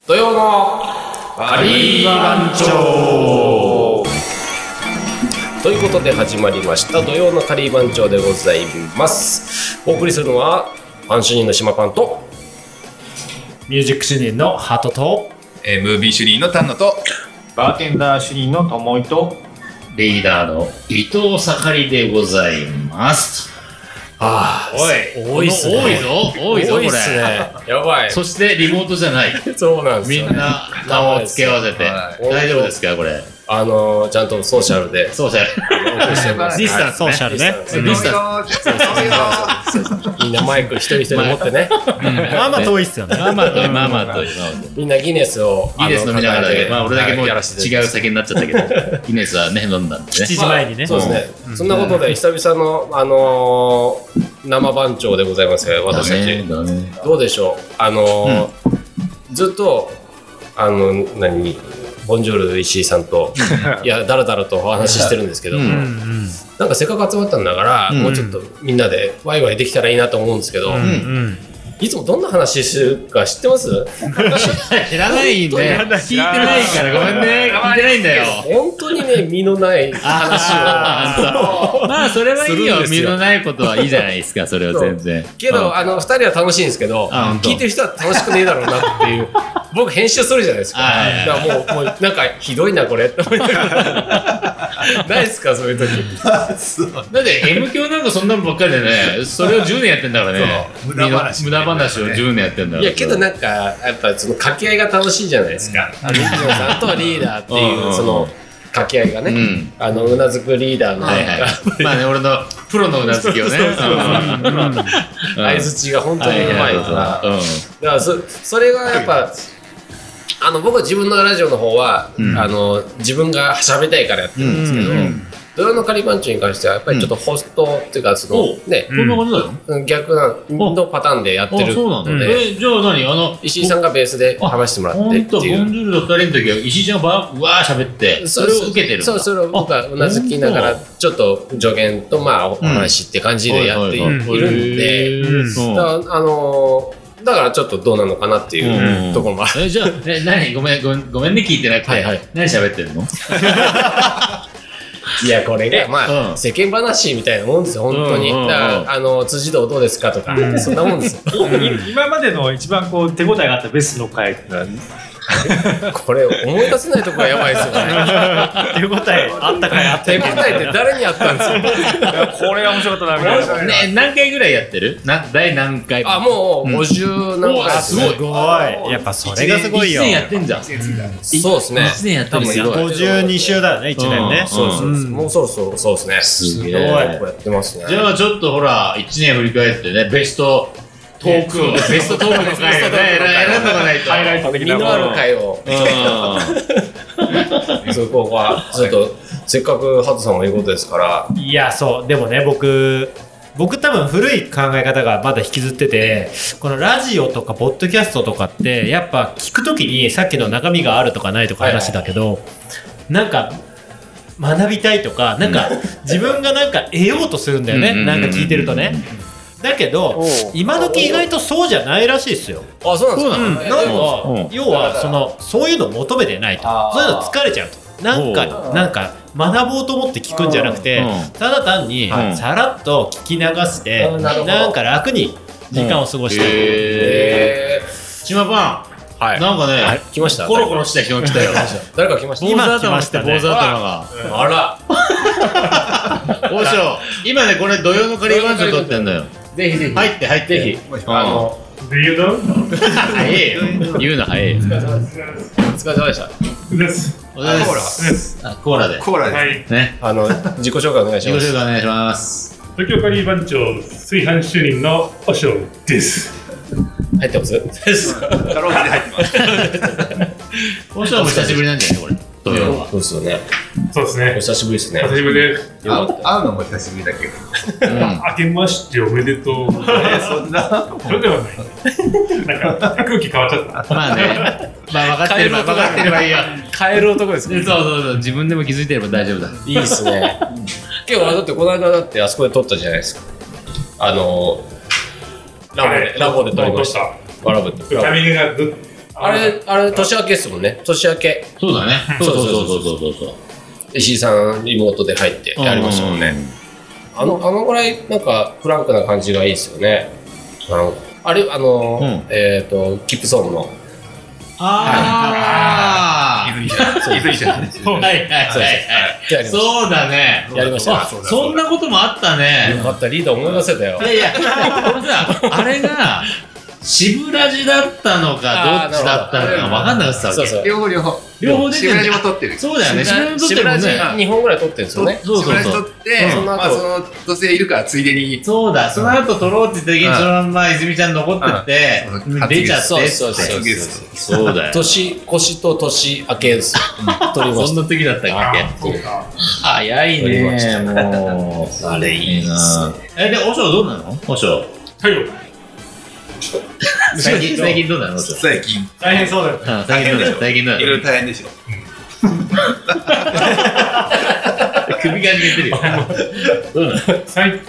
土曜のカリー番長ということで始まりました土曜のカリー番長でございます。お送りするのはパン主任の島パンとミュージック主任のハートと、 ムービー主任の丹野と、 バーテンダー主任のともいと、 リーダーの伊藤盛りでございます。 多いっすね。 多いぞこれ。 やばい。 そしてリモートじゃない。 そうなんですみよ、 んな顔を付け合わせて、大丈夫ですかこれ。 ちゃんとソーシャルでそうじゃお送りしてます。 ディスタンスソーシャルね。 ディスタンス。 みんなマイク一人一人持ってね。 まあまあ遠いっすよね。 まあまあとみんなギネスをギネス飲みながらで、まあ俺だけもう違うやらせて酒になっちゃったけど、ギネスはね飲んだんでね。 7時前にね。 そうですね。そんなことで久々の生番長でございますよ私たち。どうでしょう。ずっとボンジョール石井さんといやだらだらとお話ししてるんですけども、なんかせっかく集まったんだから、もうちょっとみんなでワイワイできたらいいなと思うんですけど、いつもどんな話するか知ってます？ 知らないんで聞いてないからごめんね、聞いてないんだよ。 本当にね身のない話をまあそれはいいよ、身のないことはいいじゃないですか、それは全然。 けど2人は楽しいんですけど、聞いてる人は楽しくねえだろうなっていう僕編集するじゃないですか。だからもうなんかひどいなこれって思いながらないですかそういう時。 だって M 響なんかそんなのばっかりでね、それを10年やってんだからね。無駄話を10年やってんだから。 いやけどなんかやっぱその掛け合いが楽しいじゃないですか。水野さんとリーダーっていうその掛け合いがね、うなずくリーダーのまあね、俺のプロのうなずきをね、 相づちが本当にうまいから、だからそれがやっぱ僕は自分のラジオの方は自分が喋りたいからやってるんですけど、土曜のカリバンチョに関してはやっぱりちょっとホストっていうかそのね、 こんな感じだよ。 逆のパターンでやってるので、 じゃあ何石井さんがベースで話してもらってっていう。 ボンジュールの2人の時は石井ちゃんがうわー喋ってそれを受けてるんだ。 そう、それを僕はうなずきながらちょっと助言とまあお話って感じでやっているんで、だからちょっとどうなのかなっていうところもある。 じゃあ何ごめんね聞いてなくて、何喋ってるの？ いやこれがまあ世間話みたいなもんですよ本当に。だから辻堂どうですかとかそんなもんですよ。 今までの一番こう手応えがあったベストの回ってこれ思い出せないところがやばいですよね。 手応えあったかいあった手応えって誰にあったんですよ。 これが面白かったなみたいな。 ね、何回ぐらいやってる？第何回？ もう50何回ですね。 すごい。 やっぱそれがすごいよ。 1年やってんじゃん。 そうですね。 1年やってる。すごい。 52週だよね、1年ね。 もうそろそろそうですね。 すげえ。 こうやってますね。 じゃあちょっとほら1年振り返ってね、ベストトークの回をね選んどかないと。 ハイライト的な身のある回を。そこはちょっとせっかくハトさんが言うことですから。 いやそうでもね僕多分古い考え方がまだ引きずってて、このラジオとかポッドキャストとかってやっぱ聞くときにさっきの中身があるとかないとか話だけど、なんか学びたいとかなんか自分がなんか得ようとするんだよね。なんか聞いてるとね。だけど今時意外とそうじゃないらしいですよ。 あ、そうなんですか。 要はそういうの求めてないと、そういうの疲れちゃうと。なんか学ぼうと思って聞くんじゃなくて、ただ単にさらっと聞き流してなんか楽に時間を過ごして島パン、なんかね来ました。 コロコロした人が来たよ。 誰か来ました。 今来ましたね。 坊主頭が。 あら。 おしょ。今ねこれ土曜のカリー番長撮ってんだよ。 ぜひぜひ入ってぜひ。 Do you know？ 早えよ。言うの早えよ。 お疲れ様でした。 お疲れ様です。コーラで。 コーラでね。 自己紹介お願いします。 自己紹介お願いします。 東京カリー番長炊飯主任のおしょうです。 入ってます？ カローで入ってます。 おしょうも久しぶりなんじゃないこれ。土曜は。 そうですよね。 そうですね。 お久しぶりですね。 久しぶりです。 会うのも久しぶりだけど。 明けましておめでとう。 そんな。 それではない。なんか空気変わっちゃった。 まあね。まあ分かってればいいよ。 変える男ですね。 そう自分でも気づいてれば大丈夫だ。 いいですね。今日はだってこの間だってあそこで撮ったじゃないですか。ラボで撮りました。ラボで。 タイミングがあれ年明けですもんね。年明けそうだね。そう石井さんリモートで入ってやりましたもんね。あのぐらいなんかフランクな感じがいいですよね。あれキップソンの泉ちゃんはいそうだね。 やりました。 そんなこともあったね。 よかった、リーダー思い出せたよ。 いや俺さあれが渋ラジだったのかどっちだったのか分かんなかったわけ。両方出てる。 渋ラジも撮ってる。 そうだよね。 渋ラジ2本ぐらい撮ってるんですよね。 渋ラジ撮って、その土星いるからついでに。 そうだ、その後撮ろうって言った時にそのまま泉ちゃん残ってって出ちゃって。そうだよ。 年越しと年明けですよ。撮りました。 そんな時だったっけ。早いねもう。あれいいな。でおしょうどうなの？おしょう。 はいよ。 最近どうなの？ 最近大変そうだよ。 最近どうなの？ いろいろ大変でしょ。 首が出てるよ。どうなの？ 最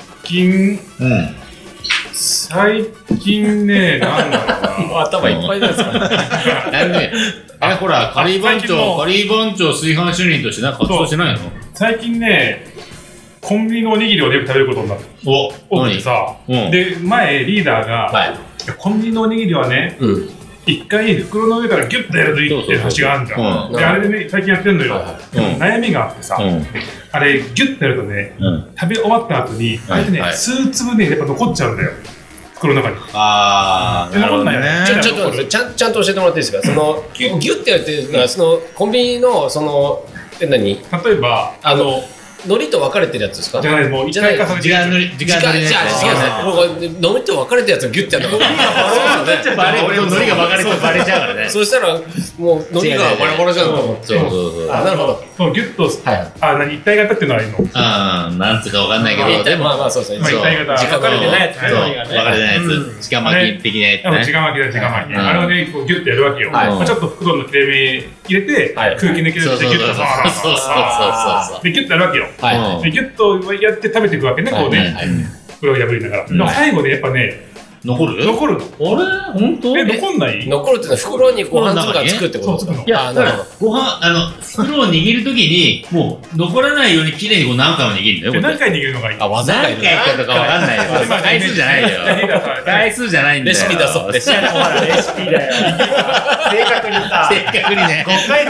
近ね、なんだろうな。 頭いっぱいですから。 ほら、カリー番長炊飯主任としてなんか活動してないの？ 最近ね、コンビニのおにぎりをよく食べることになる。多くてさ。で、前リーダーが、コンビニのおにぎりはね、一回袋の上からギュッとやるといいっていう話があるじゃん。で、あれでね、最近やってんのよ。でも悩みがあってさ、あれギュッとやるとね、食べ終わった後に、あれでね、数粒ね、やっぱ残っちゃうんだよ。袋の中に。 なるほどね。 ちょっと待って、ちゃんと教えてもらっていいですか？そのギュッてやるっていうのは、そのコンビニのその何？例えば海苔と分かれてるやつですか？ じゃない、もう一回重ねて時間のりね。 じゃあ海苔と分かれてるやつをギュッてやるの。海苔が分かれてバレちゃうからね。 そしたらもう海苔がバラバラじゃんと思って。なるほど。 そうギュッと一体型っていうのはいいの？ なんつうか分かんないけど、でもまあそうですね。 一体型。 分かれてないやつね。 分かれてないやつ。直巻き的なやつね。 直巻きだ直巻き。あれをねこうギュッてやるわけよ。ちょっと袋の切れ目入れて空気抜けるってギュッとそうでギュッとやるわけよ。でギュッとやって食べていくわけね、こうね。袋を破りながら。でも最後でやっぱね。 残るの？あれ本当？ 残んない？ 残るっていうのは袋にご飯粒がつくってことですか？ いや、だからご飯袋を握るときにもう残らないようにきれいにこう何回も握るんだよ。 何回握るのがいい？ 何回かとかわかんないよ。回数じゃないよ。回数じゃないんだよ。 レシピだそう。レシピだよ。 正確にね。5回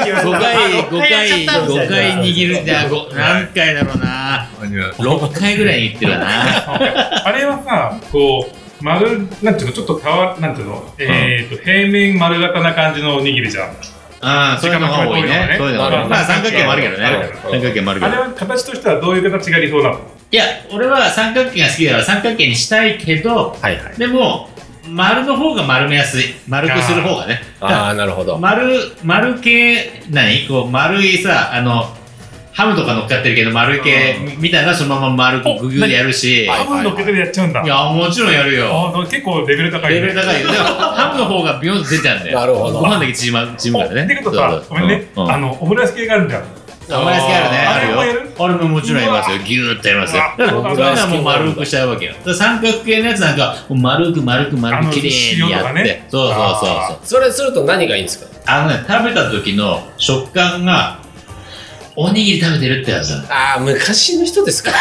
握るじゃ何回だろうな。6回ぐらい握ってるわな。 あれはさ、こう丸なんていうのちょっとなんていうの平面丸型な感じのおにぎりじゃん。 そういうのが多いね。そういうのがまあ三角形もあるけどね。三角形もあるけど。 あれは形としてはどういう形が理想なの？ いや、俺は三角形が好きだから三角形にしたいけど、でも丸の方が丸めやすい。丸くする方がね。 なるほど。 丸系こう丸いさハムとか乗っかってるけど丸系みたいなそのまま丸くグギュでやるし。 ハム乗っけてやっちゃうんだ。 いやもちろんやるよ。 結構レベル高い。 レベル高いよ。でもハムの方がビヨンと出ちゃうんだよ。 なるほど。 ご飯だけ縮むからね。 ってことさ、ごめんね。オムライス系があるんだよ。 オムライス系あるね。あるよ。あれももちろんやりますよ。ギューってやりますよ。だから僕はもう丸くしちゃうわけよ。三角形のやつなんか丸くきれいにやって。そう。 それすると何がいいんですか？ 食べた時の食感がおにぎり食べてるってやつだ。 昔の人ですから。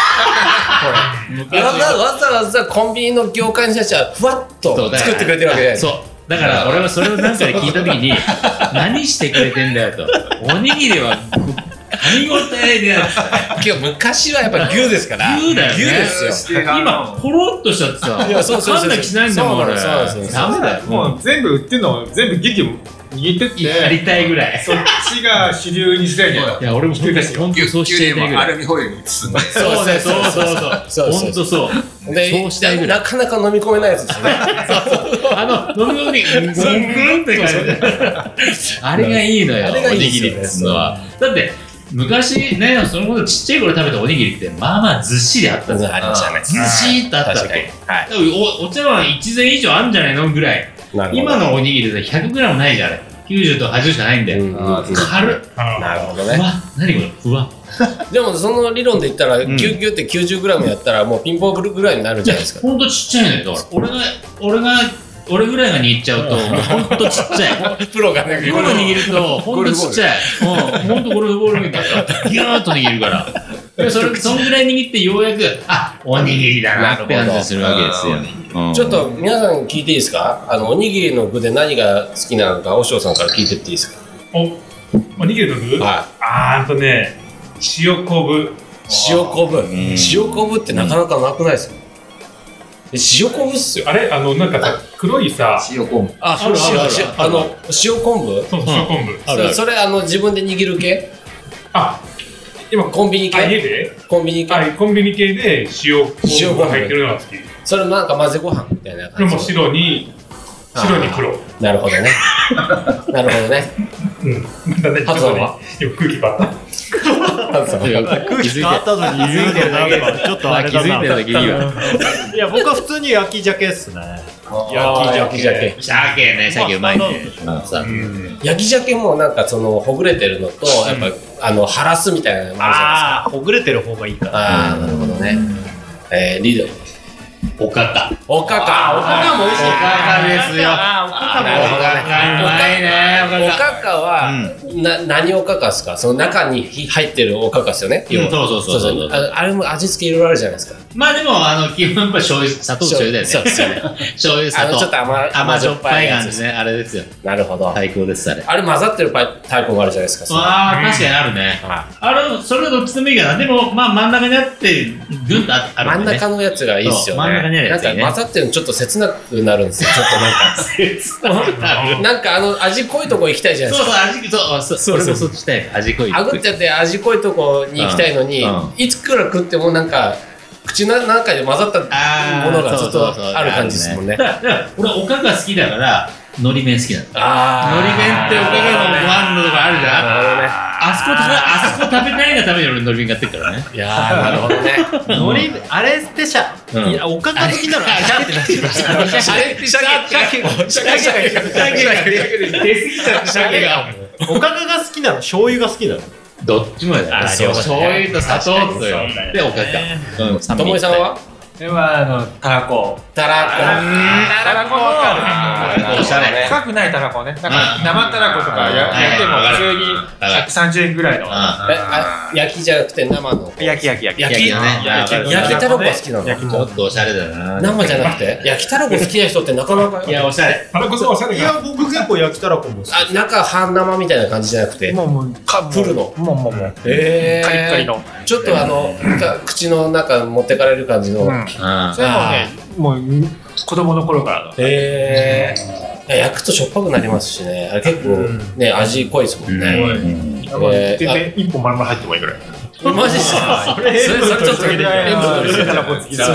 わざわざコンビニの業界の人たちはふわっと作ってくれてるわけじゃない。 そう。だから俺はそれを何かで聞いた時に何してくれてんだよと。おにぎりは噛み応えでやつ。 今日昔はやっぱり牛ですから。 牛だよね。 牛ですよ。 今ポロッとしちゃってさ。 いやそう噛んだ気しないんだもん俺。ダメだよ。 もう全部売ってるの全部ギュッ握ってってやりたいぐらい。 そっちが主流にしたいね。 いや俺も本当そうしていたいぐらい。 アルミホイルに包んで。 そう本当そう。 そうしたいぐらい。なかなか飲み込めないやつですよね。 飲み込みゴンゴンって感じ。あれがいいのよ。おにぎりってのは。だって昔ね、その頃ちっちゃい頃食べたおにぎりってまあまあずっしりあったじゃん。 ありましたね。 ずっしりとあったわけ。お茶碗1膳以上あるんじゃないのぐらい。今のおにぎりで 100g ないじゃん。90と80しかないんだよ。軽っ。 なるほどね。 うわ、何これふわ。 でもその理論で言ったらギュッギュッって 90g やったらもうピンボールぐらいになるじゃないですか。 ほんとちっちゃいのよ。だから俺が俺ぐらいが握っちゃうと、もうほんとちっちゃい。 プロがね、 ゴルフ握ると、ほんとちっちゃい。ほんとゴルフボールみたいな。ギューッと握るから。そんぐらい握ってようやく、おにぎりだなって感じするわけですよ。 ちょっと皆さん聞いていいですか？おにぎりの具で何が好きなのか、おしょうさんから聞いてっていいですか？ おにぎりの具？塩昆布。 塩昆布ってなかなかなくないですか？塩昆布っすよ。 あれなんかさ、黒いさ、 塩昆布。 塩昆布？ そう塩昆布。 それ自分で握る系？ 今コンビニ系？ 家で？ コンビニ系？ コンビニ系で塩昆布が入ってるのが好き。 それなんか混ぜご飯みたいな感じ。 でも白に黒。 なるほどね。なるほどね。ハツさんは？ 今空気変わった。 空気変わったのに気づいてるだけはちょっとあれだな。 気づいてるだけいいわ。 いや僕は普通に焼き鮭っすね。 焼き鮭。 鮭うまいね。 焼き鮭もなんかほぐれてるのとやっぱハラスみたいなのもあるじゃないですか。 ほぐれてる方がいいから。 なるほどね。リード。 おかか。 おかかも美味しい。 おかかですよ。 おかかは何おかかですか？その中に入ってるおかかですよね。 そう。 あれも味付けいろいろあるじゃないですか。 まあでも基本やっぱ醤油、砂糖醤油だよね。 そうですよね。 醤油、砂糖。 ちょっと甘じょっぱい感じね。あれですよ。 なるほど。 最高です、あれ。 あれ混ざってるタイプもあるじゃないですか。 確かにあるね。それはどっちでもいいかな。でもまあ真ん中にあってぐんとあるね。 真ん中のやつがいいっすよね。 真ん中にあるやつね。 なんか混ざってるのちょっと切なくなるんですよ。ちょっとなんか味濃いとこ行きたいじゃないですか。 そう俺もそっちたい。味濃い。 あぐってやって味濃いとこに行きたいのに、いつくら食ってもなんか口の中で混ざったものがずっとある感じですもんね。 俺おかか好きだからのり弁好きなんだ。のり弁っておかかのご飯のとかあるじゃん。あそこ食べたいがために俺のり弁買ってるからね。 いやーなるほどね。 のりあれっていやおかか好きなの。あれってなってました。 あれって鮭がおかかが好きなの？醤油が好きなの？ どっちもだよ。醤油と砂糖とよ。でおかか。 ともえさんは？ たらこ。 たらこおしゃれ。 深くないたらこね。なんか生たらことか焼いても普通に130円ぐらいの。 焼きじゃなくて生の。 焼きだね。焼きたらこが好きなの？ ちょっとおしゃれだな。 生じゃなくて焼きたらこ好きな人ってなかなか。 いやおしゃれ。 たらこおしゃれ。 いや僕結構焼きたらこも好き。 中半生みたいな感じじゃなくて。 もうプルの。 もうカリッカリの。 ちょっと口の中持ってかれる感じの。 それもう子供の頃から焼くとしょっぱくなりますしね。あれ結構ね味濃いですもんね。 全然1本丸々入ってもいいぐらい。 マジっすか？それちょっと塩分取りしてたらこ好きだ。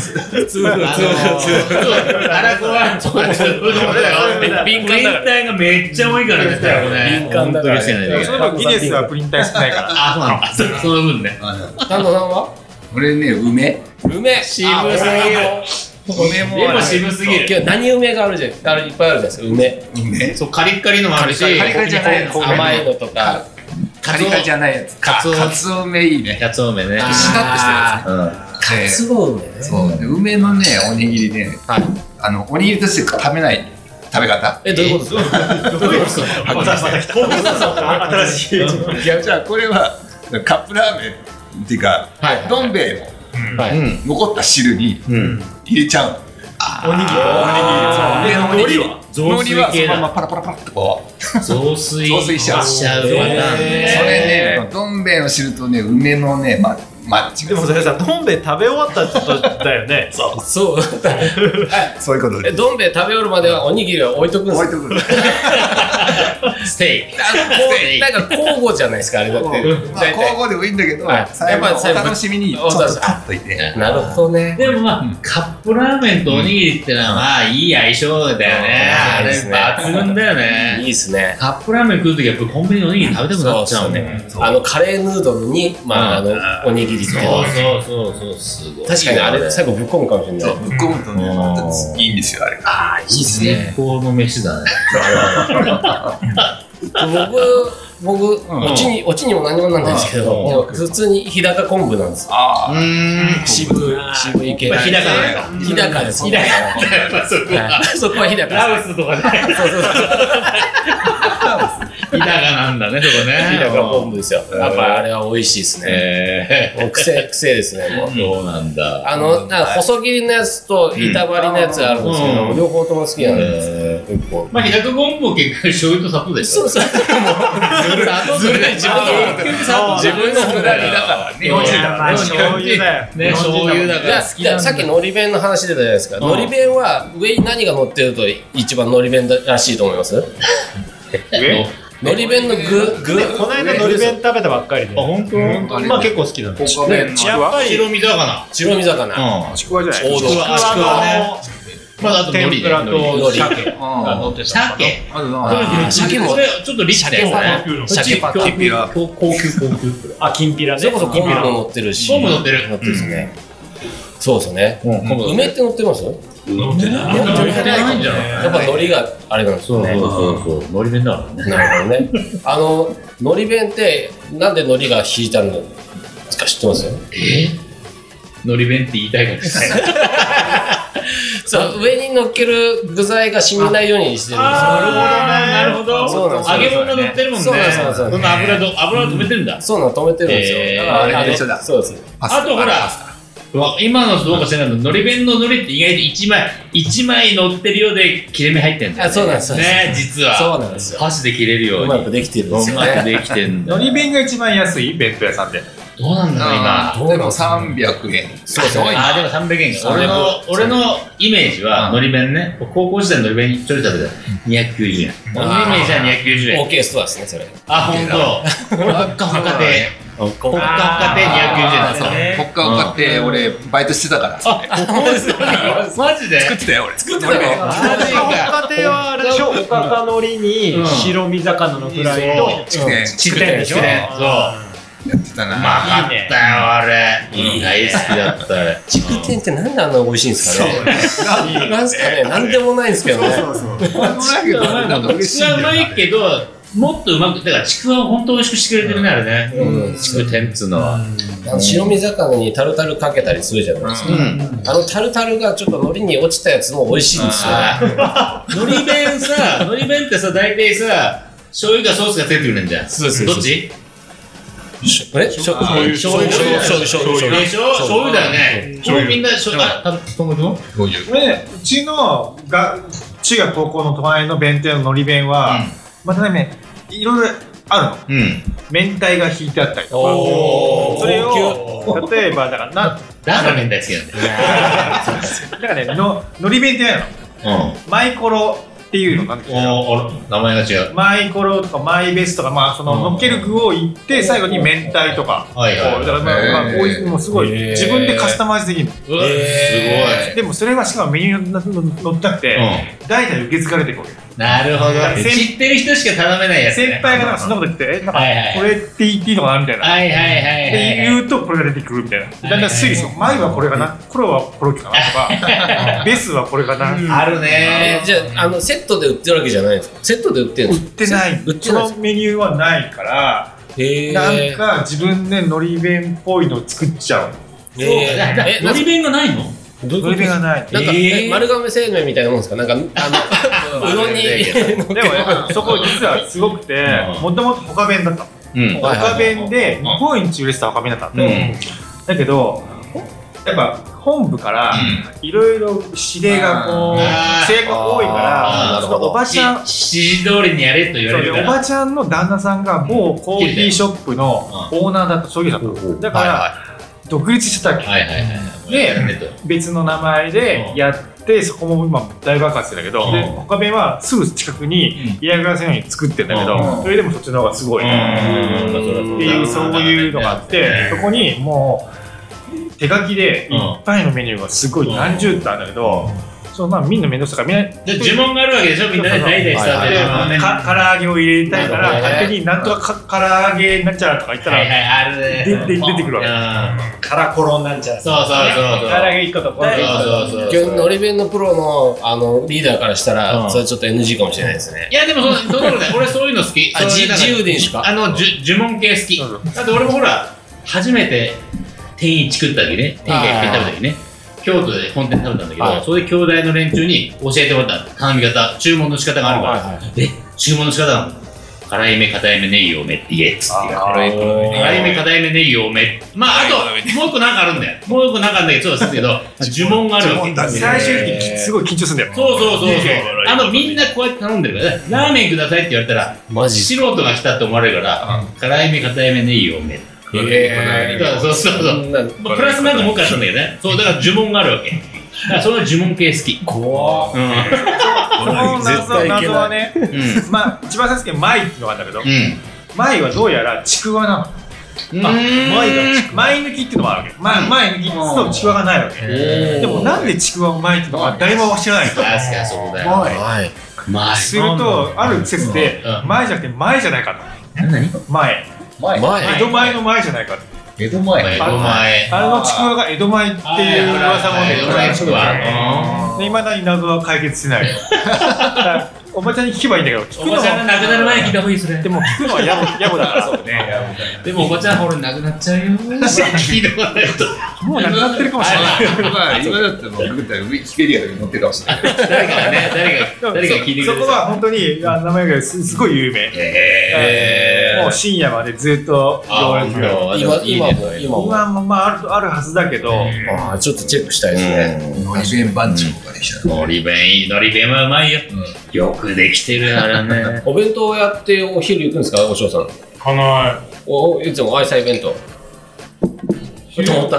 たらこは敏感体がめっちゃ多いからね。 敏感だからね。 そのギネスはプリン体少ないから。 あ、そうなんだ。その分ね。 丹野さんは？ 俺ね、梅。 渋すぎる。 梅も。 でも渋すぎる。 今日何梅があるじゃん。いっぱいあるじゃないですか。梅。 そうカリッカリのもあるし、 カリカリじゃない甘いのとか。 カリカリじゃないやつ。カツオ梅いいね。 カツオ梅ね。 しなっとしてるやつ。 カツオ梅ね。 そう。梅のね、おにぎりね。おにぎりとして食べない食べ方。 どういうことですか？どういう新しい。 いやじゃあこれはカップラーメンっていうかどん兵衛の残った汁に入れちゃうの。 おにぎり。 おにぎりは海苔はそのままパラパラパラってこう雑炊しちゃうパターンね。 それね、どん兵衛の汁とね梅のねマッチが。 でもそれさ、どん兵衛食べ終わったってことだよね。 そう。 そういうことで。 どん兵衛食べ終わるまではおにぎりは置いとくんですよ。 置いとく。 ステーキ。なんか交互じゃないですかあれだって。 交互でもいいんだけど、最後お楽しみにちょっと取っといて。 なるほどね。 でもまあカップラーメンとおにぎりってのはまあいい相性だよね。あれ抜群だよね。 いいですね。 カップラーメン食うときやっぱコンビニのおにぎり食べたくなっちゃうね。 カレーヌードルにおにぎりって。 そうすごい。 確かにあれ最後ぶっ込むかもしれない。 ぶっ込むとねまたいいんですよあれ。 いいですね。 最高の飯だね。 僕、オチにも何もなんないですけど、普通に日高昆布なんですよ。渋い系。 日高なんだ。 日高です。 日高。 そこは日高。 ラウスとかね。日高なんだね、そこね。 日高昆布ですよ。やっぱあれは美味しいですね。もう癖ですね、もう。 そうなんだ。 細切りのやつと板張りのやつあるんですけど、両方とも好きなんです。 まあ、日高昆布も結局醤油と砂糖でしょ。そう。 ずるい。自分のくだりだから。 日本人だから。醤油だよ。 ね、醤油だから好きなんだ。 さっきのり弁の話出たじゃないですか。のり弁は上に何が乗ってると一番のり弁らしいと思います？のり弁の具この間のり弁食べたばっかりで。 本当？ まあ結構好きなんです。 やっぱり白身魚。 白身魚。 ちくわじゃない。 王道。 ちくわね。まああと天ぷらと鮭。 鮭もちょっとリッチだよね。 鮭パタピラ。 高級。 あ、きんぴらね。 それこそ昆布も乗ってるし。 昆布乗ってる。 乗ってるですね。そうですね。梅って乗ってます？ 乗ってないんじゃない？ やっぱ海苔があれなんですよね。 そう。海苔弁だからね。 なるほどね。海苔弁ってなんで海苔が引いてあるのですか知ってます？ 海苔弁って言いたいからですね。 そう上に乗っける具材が染みないようにしてるんですよ。 なるほど。 そうなんです。 揚げ物が乗ってるもんね。 そう。 その油を止めてるんだ。 そうなの止めてるんですよ。だからあれと一緒だ。 そうです。 あとほら。今のどうか知らないけど、のり弁ののりって意外と1枚乗ってるようで切れ目入ってるんだよね。 そうなんですね、実は。 そうなんですよ。 箸で切れるように。 うまくできてるんですよね。うまくできてんだ。 のり弁が一番安い弁当屋さんで。 どうなんだろう今。 でも300円。 そうですね。 でも300円か。俺のイメージは、のり弁ね、高校時代ののり弁ちょい食べたら290円。俺のイメージは290円。 OK ストアですね、それ。 ほんと。ほっかほかで。ほっかほかで290円だね。 ほっかほかって俺バイトしてたから。 マジで作ってたよ俺。 作ってたよ。 ほか亭はあれでしょ。おかかのりに白身魚のフライと筑天でしょ。 そう。 やってたな。 うまかったよあれ。大好きだったあれ。 筑天ってなんであんな美味しいんですかね。なんすかね、なんでもないんですけどね。 なんか嬉しい。 ちくわうまいけど、もっとうまく、だからちくわを本当美味しくしてくれてるねあれね。筑天っつうのは。 白身魚にタルタルかけたりするじゃないですか。タルタルがちょっと海苔に落ちたやつも美味しいんですよね。 のり弁ってさ、大体さ、醤油かソースがついてくるんじゃん。どっち？ 醤油醤油だよね。みんな醤油。 うちの中学高校の隣の弁当ののり弁はまたねいろいろあるの。明太が引いてあったりとか。それを例えばだから明太好きなんだよ。 だからねのり弁ってやるの。マイコロっていうのなんていうの？ 名前が違う。 マイコロとかマイベスとか、まあその乗っける具を言って最後に明太とか、だからまあこういうもうすごい自分でカスタマイズできるの。 すごい。 でもそれはしかもメニューに載ってなくて、代々受け継がれていくわけ。 なるほど。知ってる人しか頼めないやつ。 先輩がなんかそんなこと言ってなんかこれって言っていいのかなみたいな。で言うとこれが出てくるみたいな。だんだん推理する。前はこれかな、コロはコロッケかなとか、ベスはこれかな。 あるね。 じゃあセットで売ってるわけじゃないんですか？セットで売ってるんですか？ 売ってない。そのメニューはないから、なんか自分でのり弁っぽいのを作っちゃう。 のり弁がないの？ のり弁がない。 なんか丸亀製麺みたいなもんですか？なんかうどんに。 でもそこ実はすごくて、もともとほか弁だったの。ほか弁で日本一売れてたほか弁だったの。だけどやっぱ本部からいろいろ指令がこう制約が多いから、おばちゃん指示通りにやれと言われるから、 おばちゃんの旦那さんが某コーヒーショップのオーナーだった、そういう人だった。だから独立してたわけで、別の名前でやってそこも今大爆発してるんだけど、で他弁はすぐ近くに宮川線に作ってるんだけど、それでもそっちの方がすごいっていう、そういうのがあって、そこにもう手書きでいっぱいのメニューがすごい何十ってあるんだけど、 そうまあみんな面倒くさいからみんな呪文があるわけでしょ、みんなね、大体スタートで唐揚げを入れたいから勝手になんとか唐揚げになっちゃうとか言ったらあるね出てくるわけ。カラコロになっちゃう。 そうそうそう唐揚げ1個とコロン今日のり弁のプロのリーダーからしたらそれちょっと NG かもしれないですね。 いやでもその俺そういうの好き。 自由でいいですか？ 呪文系好き。だって俺もほら初めて天一食った時ね、天一食った時ね、京都で本店食べたんだけど、そういう兄弟の連中に教えてもらった頼み方、注文の仕方があるから、注文の仕方なの辛いめ、硬いめ、ネギ多めって言えっつって。辛いめ、硬いめ、ネギ多め。まあ、あと、もう一個なんかあるんだよ。もう一個なんかあるんだけど、そうですけど、呪文があるわけ。 最終的にすごい緊張するんだよ。 そう。みんなこうやって頼んでるから、ラーメンくださいって言われたら、素人が来たって思われるから、辛いめ、硬いめ、ネギ多め。そう。プラスなんかもう一回あったんだけどね。そう、だから呪文があるわけ。その呪文系好き。 怖っ。この謎はね、まあ一番最初に舞っていうのがあったけど、舞はどうやらちくわなの。舞抜きっていうのもあるわけ。舞抜きとちくわがないわけ。でもなんでちくわを舞っていうのか誰も知らないの。 確かにそうだよ。舞。 するとある説で舞じゃなくて舞じゃないかと。 何？ 舞。江戸前の舞じゃないかと。 江戸前。 あのちくわが江戸前っていう噂もね、いまだに謎は解決してない。おばちゃんに聞けばいいんだけど、 おばちゃんが亡くなる前に聞いた方がいいそれ。 でも聞くのは野暮だからそうね。 でもおばちゃんほら亡くなっちゃうよ。聞いてもらえると。 もう亡くなってるかもしれない。 まあ今だってもうグッタウィキペディアで載ってるかもしれない。 誰か聞いてくれる。 そこは本当に名前がすごい有名。もう深夜までずっと行列が。今もまああるはずだけど、 ちょっとチェックしたいですね。 のり弁番長ができた。 のり弁いい、のり弁はうまいよ。よくできてるあれね。 お弁当やってお昼行くんですか、お嬢さん。 かない。 いつも愛妻弁当。と思った。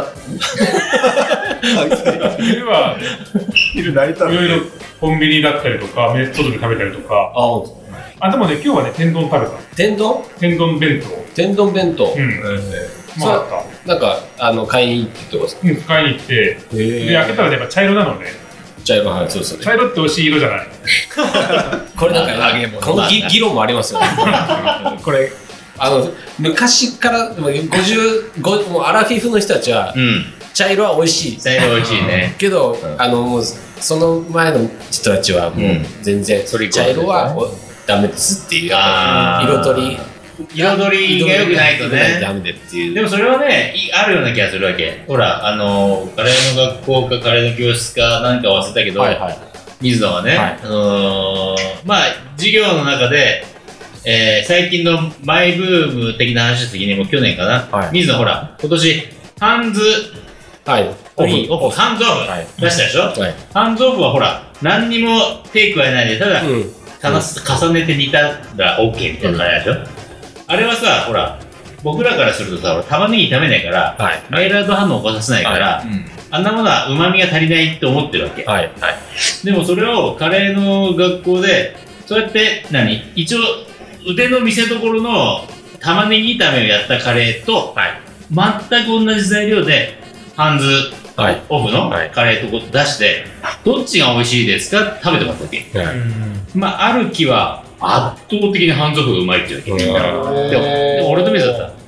昼大体いろいろコンビニだったりとか、外で食べたりとか。でもね、今日はね、天丼食べた。 天丼弁当。天丼弁当。 まあ、 なんか買いに行ってってことですか？ 買いに行って、で開けたらやっぱ茶色なのね。 茶色、はい、そうですね。 茶色って美味しい色じゃない。 これなんかこの議論もありますよね。これ昔からもうアラフィフの人たちは茶色は美味しい。 茶色美味しいね。 けどもうその前の人たちはもう全然茶色はダメですっていう彩りが良くないとね。 ダメでっていう。 でもそれはね、あるような気がするわけ。ほら、カレーの学校かカレーの教室かなんか忘れたけど、水野はね、まあ、授業の中で、最近のマイブーム的な話の時にも去年かな、水野ほら、今年、ハンズオフ出したでしょ。ハンズオフはほら、何にも手加えないで、ただ、重ねて煮たら OK みたいな感じでしょ。あれはさ、ほら、僕らからするとさ、玉ねぎ炒めないから、マイラード反応を起こさせないから、あんなものは旨味が足りないって思ってるわけ。でもそれをカレーの学校で、そうやって一応腕の見せ所の玉ねぎ炒めをやったカレーと、全く同じ材料でハンズオフのカレーと出して、どっちが美味しいですか食べてもらったわけ。まあ、ある木は圧倒的にハンズオフがうまいって言うわけ。でも俺と水だったら、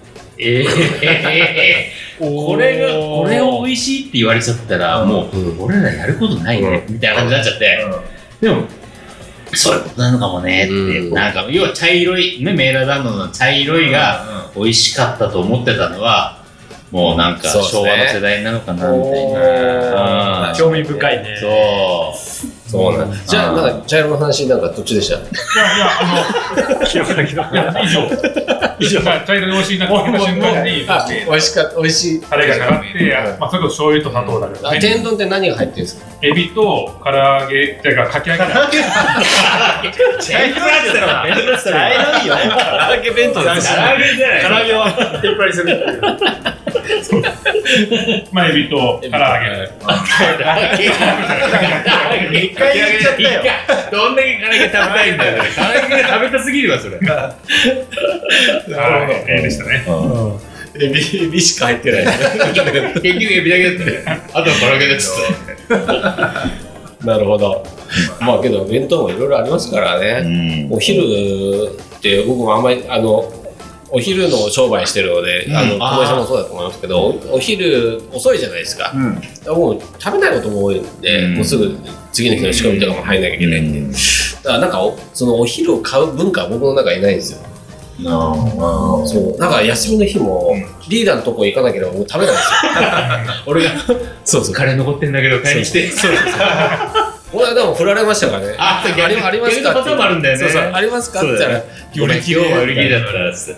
これを美味しいって言われちゃったら、もう俺らやることないねみたいな感じになっちゃって、でもそういうことなのかもねって、なんか要は茶色いね、メーラーダンドの茶色いが美味しかったと思ってたのは、もうなんか昭和の世代なのかなみたいな。 興味深いね。 そうなんです。じゃあなんか茶色の話なんかどっちでした？ 記憶だけど。以上。茶色で美味しいなって言った瞬間に、 美味しいタレがかかって、まあそれこそ醤油と砂糖だけどね。 天丼って何が入ってるんですか？ エビと唐揚げっていうかかき揚げ。茶色いよ。唐揚げ弁当です。唐揚げじゃない。唐揚げは天ぷらにする。まあエビと唐揚げ。 一回言っちゃったよ。どんだけ唐揚げ食べたいんだよ。唐揚げが食べたすぎるわそれ。 なるほど。でしたね。 エビしか入ってない。 結局エビだけだったね。あとは唐揚げだっつって。 なるほど。まあけど弁当もいろいろありますからね。お昼って僕もあんまりお昼の商売してるので、小林さんもそうだと思いますけど、お昼遅いじゃないですか。もう食べないことも多いんで、もうすぐ次の日の仕込みとかも入んなきゃいけないんで、だからなんかそのお昼を買う文化は僕の中にないんですよ。そうだから休みの日もリーダーのとこ行かなければもう食べないんですよ。俺がそうカレー残ってんだけど買いに来て。 この間も振られましたからね。ありますかって。 あるんだよね。 そうありますかって言ったら今日は売り切れだからっつって。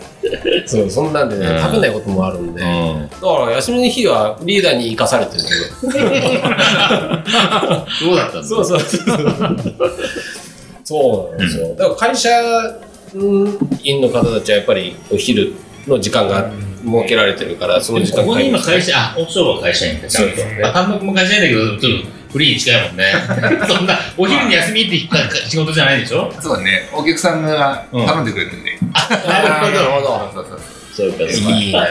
そうそんなんでね食べないこともあるんで、だから休みの日はリーダーに生かされてるけど。 そうだったんだ。 そうなんですよ。だから会社員の方たちはやっぱりお昼の時間が設けられてるからその時間。 ここに今会社オフショアは会社員ってちゃんと。単独も会社員だけどちょっとフリーに近いもんね。そんなお昼に休みって言った仕事じゃないでしょ。 そうだね。お客さんが頼んでくれるんで。 なるほど。そうか。いいね。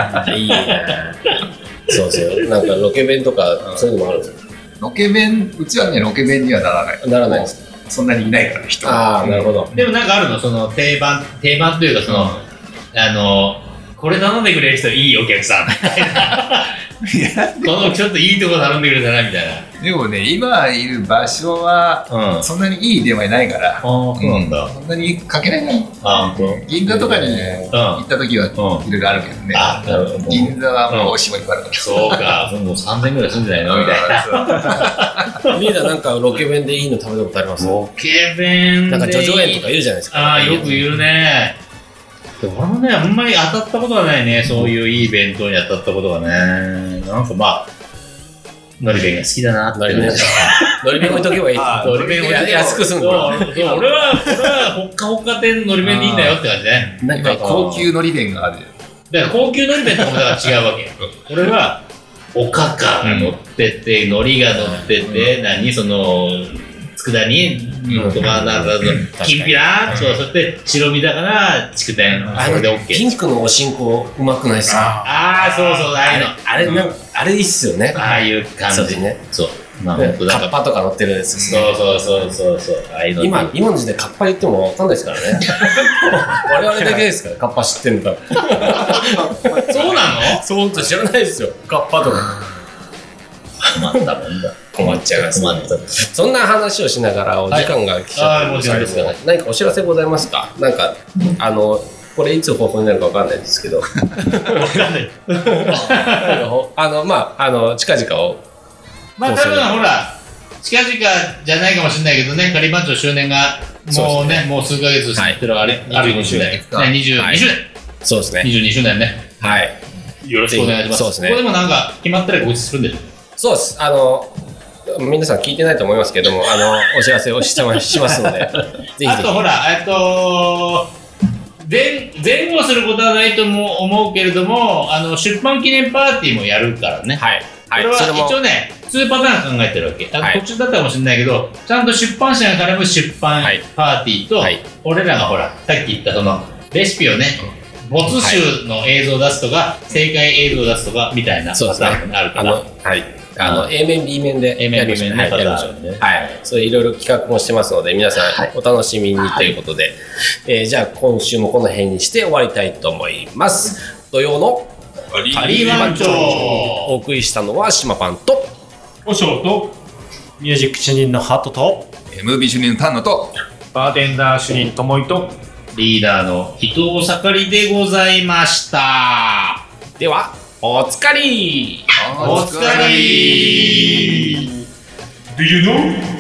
そうなんかロケ弁とかそういうのもあるんですよ。 ロケ弁うちはねロケ弁にはならないです。そんなにいないから人。 ああなるほど。 でもなんかあるのその定番というかそのこれ頼んでくれる人いいお客さんみたいな。このちょっといいとこ頼んでくれたなみたいな。 でもね今いる場所はそんなにいい電話ないから、 そうなんだ。 そんなにかけないね。銀座とかに行った時はいろいろあるけどね。銀座はもうおしまいから。 そうか。もう3000円ぐらい住んでないのみたいな。 リーダーなんかロケ弁でいいの食べたことあります？ ロケ弁なんか叙々苑とか言うじゃないですか。 ああよく言うね。俺もね、あんまり当たったことはないね、そういういい弁当に当たったことがね。なんかまあ、のり弁が好きだなって。のり弁置いとけばいい。 のり弁置いとけば安くすんの。俺はほっかほっか店のり弁でいいんだよって感じね。 今高級のり弁がある。 だから高級のり弁とかもだから違うわけよ。俺は、おかかが乗ってて、海苔が乗ってて、その、佃煮とかきんぴらそして白身だから筑前それで OK。 ピンクのおしんこうまくないですか？ そうあれいいっすよね。 ああいう感じね。そうカッパとか乗ってるやつ。 そう今の時代カッパ言っても分かんないですからね。我々だけですからカッパ知ってるんだ。 そうなの？ そうと知らないですよカッパとか。 困ったもんだ。 困っちゃいますね。そんな話をしながらお時間が来ちゃってるんですけど、何かお知らせございますか？なんかこれいつ放送になるかわかんないですけど、近々をまあ多分ほら近々じゃないかもしれないけどね、仮番長周年がもう数ヶ月してるあるかもしれない。22周年。 そうですね。 22周年ね。 はい。 よろしくお願いします。そうですね。ここでもなんか決まったら告知するんでしょ？ そうです。皆さん聞いてないと思いますけども、お知らせをしますので、ぜひぜひ。 あとほら、前後することはないと思うけれども、出版記念パーティーもやるからね。はい。これは一応ね、2パターン考えてるわけ。途中だったかもしれないけど、ちゃんと出版社が絡む出版パーティーと、俺らがほら、さっき言ったその、レシピをね、没収の映像を出すとか、正解映像を出すとかみたいなパターンがあるから。 A 面 B 面でやりましょうね。はい。それいろいろ企画もしてますので皆さんお楽しみにということで、じゃあ今週もこの辺にして終わりたいと思います。土曜のカリー番長お送りしたのは島パンとおしょうとミュージック主任のハトとムービー主任の丹野とバーテンダー主任ともいとリーダーの伊藤盛りでございました。 ではおつかり。 おつかり。 Do you know?